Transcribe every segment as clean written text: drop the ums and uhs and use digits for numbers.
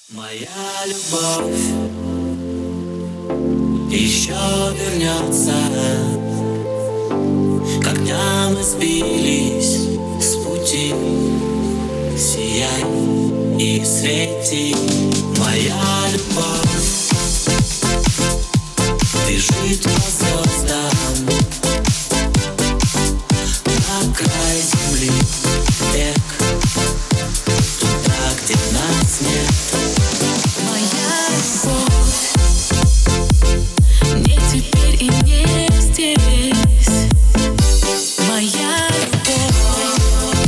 Моя любовь еще вернется, когда мы сбились с пути. Сияй и свети, моя любовь бежит по звездам на край земли, век, туда, где нас нет. Моя любовь не теперь и не здесь. Моя любовь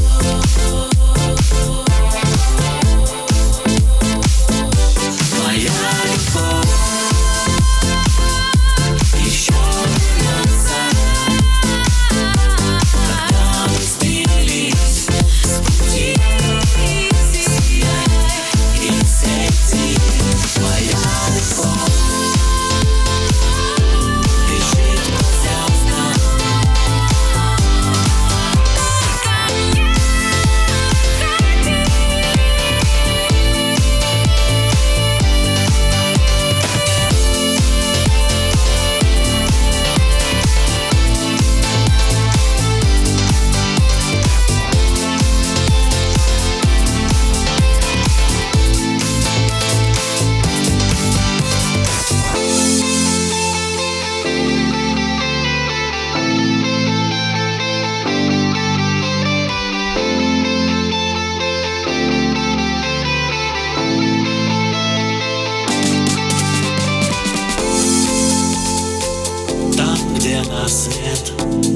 еще вернется, когда мы сбились с пути. Сияй и свети, моя любовь бежит по звездам. Где нас нет,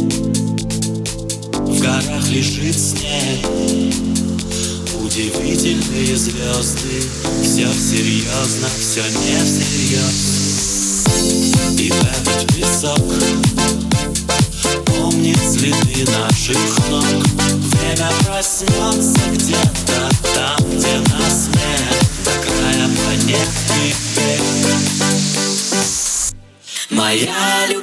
в горах лежит снег, удивительные звезды. Все серьезно, все не всерьез. И этот песок помнит следы наших ног. Время проснется где-то там, где нас нет, до края планеты. Моя любовь